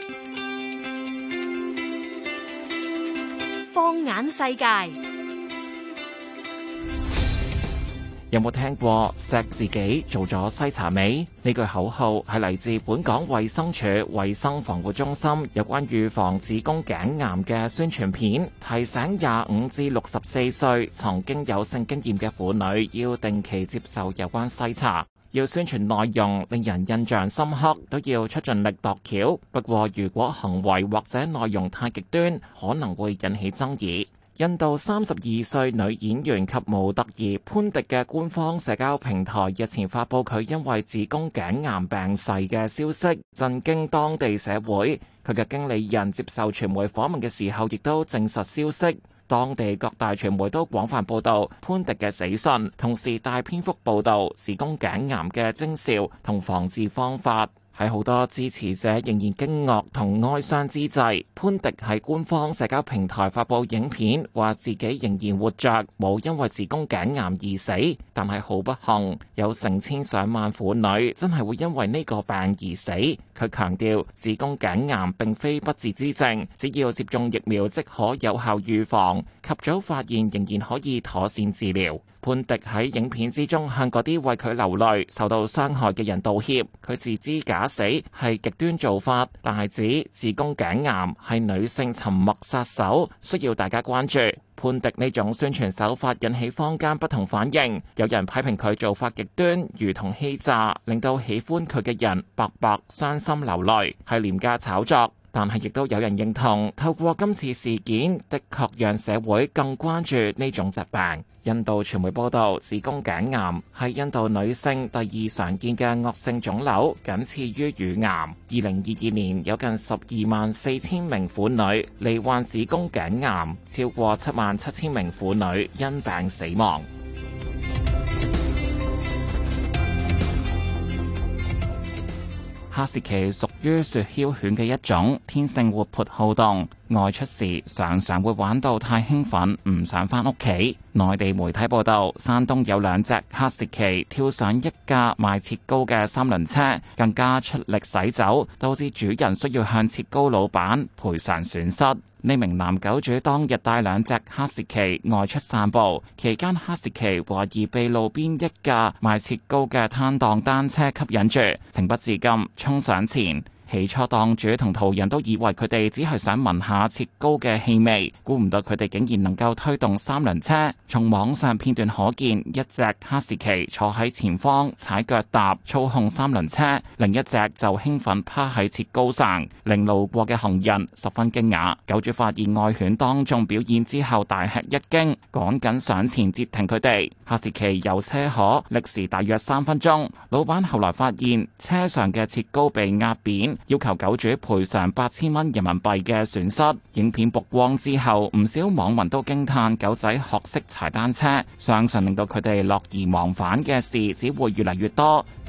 放眼世界， 有冇聽過錫自己做咗篩查未？呢句口號係嚟自本港衛生署衛生防護中心有關預防子宮頸癌嘅宣傳片，提醒25至64歲曾經有性經驗嘅婦女要定期接受有關篩查。要宣傳內容令人印象深刻，都要出盡力度橋。不過，如果行為或者內容太極端，可能會引起爭議。印度32歲女演員及模特兒潘迪嘅官方社交平台日前發布佢因為子宮頸癌病逝嘅消息，震驚當地社會。佢嘅經理人接受傳媒訪問嘅時候，亦都證實消息。當地各大傳媒都廣泛報導潘迪嘅死訊，同時大篇幅報導子宮頸癌嘅徵兆同防治方法。喺好多支持者仍然驚愕同哀傷之際，潘迪喺官方社交平台發布影片，話自己仍然活着，冇因為子宮頸癌而死。但係好不幸，有成千上萬婦女真係會因為呢個病而死。佢強調，子宮頸癌並非不治之症，只要接種疫苗即可有效預防，及早發現仍然可以妥善治療。潘迪喺影片之中向嗰啲為佢流淚、受到傷害嘅人道歉。佢自知假死係極端做法，但係指子宮頸癌係女性沉默殺手，需要大家關注。潘迪呢種宣傳手法引起坊間不同反應，有人批評佢做法極端，如同欺詐，令到喜歡佢嘅人白白傷心流淚，係廉價炒作。但係亦都有人認同，透過今次事件，的確讓社會更關注呢種疾病。印度傳媒報導，子宮頸癌係印度女性第2常見嘅惡性腫瘤，僅次於乳癌。2022年有近124000名婦女罹患子宮頸癌，超過77000名婦女因病死亡。哈士奇屬於雪橇犬嘅一種，天性活潑好動，外出時常常會玩到太興奮，唔想返屋企。內地媒體報道，山東有2隻哈士奇跳上一架賣切糕嘅3輪車，更加出力駛走，導致主人需要向切糕老闆賠償損失。呢名男狗主當日帶2隻哈士奇外出散步，期間哈士奇懷疑被路邊一架賣切糕嘅攤檔單車吸引住，情不自禁衝上前。起初檔主同途人都以為佢哋只係想聞下切糕嘅氣味，估唔到佢哋竟然能夠推動3輪車。從網上片段可見，一隻哈士奇坐喺前方踩腳踏操控3輪車，另一隻就興奮趴喺切糕上，令路過嘅行人十分驚訝。狗主發現愛犬當眾表演之後大吃一驚，趕緊上前截停佢哋。哈士奇遊車河歷時大約3分鐘，老闆後來發現車上嘅切糕被壓扁，要求狗主賠償8000蚊人民幣嘅損失。影片曝光之後，唔少網民都驚嘆狗仔學識踩單車，相信令到佢哋樂而忘返嘅事只會越嚟越多。